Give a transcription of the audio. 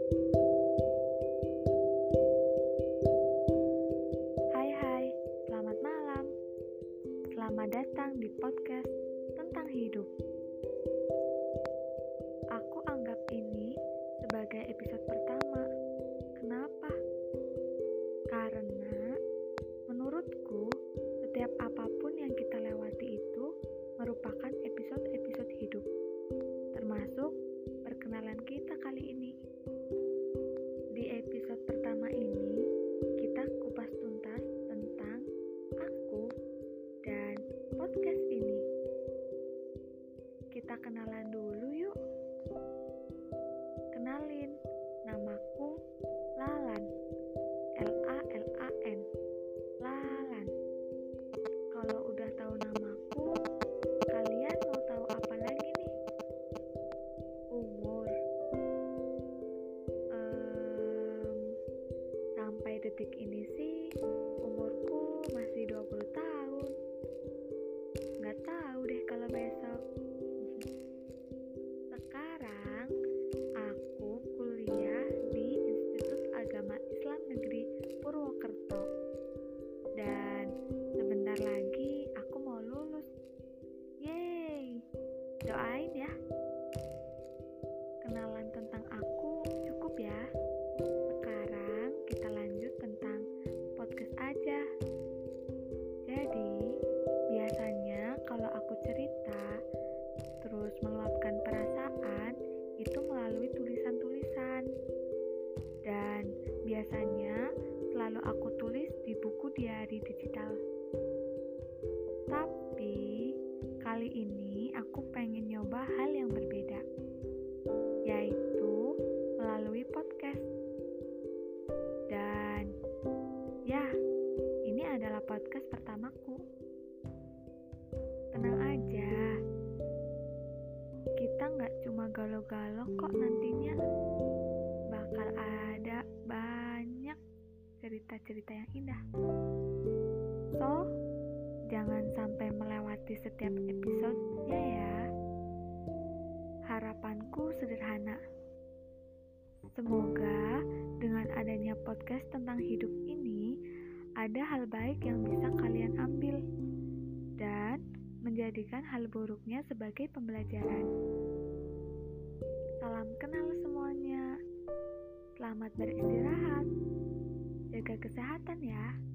Hai, selamat malam. Selamat datang di podcast tentang hidup. Aku anggap ini sebagai episode pertama. Kenapa? Karena menurutku setiap apapun yang kita lewati itu merupakan episode-episode hidup. Termasuk perkenalan kita kali ini. Di episode pertama ini, kita kupas tuntas tentang aku dan podcast ini. Kita kenalan dulu yuk. Kenalin, namaku Lalan. Lalan. Lalan. Kalau udah tahu namaku, kalian mau tahu apa lagi nih? Umur. Sampai detik ini sih umurku masih 20 tahun. Nggak tahu deh kalau besok. Sekarang aku kuliah di Institut Agama Islam Negeri Purwokerto. Dan sebentar lagi aku mau lulus. Yeay, doain ya. Kenalan tentang aku cukup ya. Sekarang kita lanjut tentang podcast aja. Jadi, biasanya kalau aku cerita terus meluapkan perasaan itu melalui tulisan-tulisan. Dan biasanya selalu aku tulis di buku diari digital. Tapi kali ini aku pengen nyoba hal yang berbeda, yaitu melalui podcast. Dan ya, ini adalah podcast pertamaku. Tenang aja, kita nggak cuma galau-galau kok nantinya. Bakal ada banyak cerita-cerita yang indah. So, jangan sampai melewati setiap episodenya ya. Harapanku sederhana. Semoga dengan adanya podcast tentang hidup ini, ada hal baik yang bisa kalian ambil dan menjadikan hal buruknya sebagai pembelajaran. Salam kenal semuanya. Selamat beristirahat. Jaga kesehatan ya.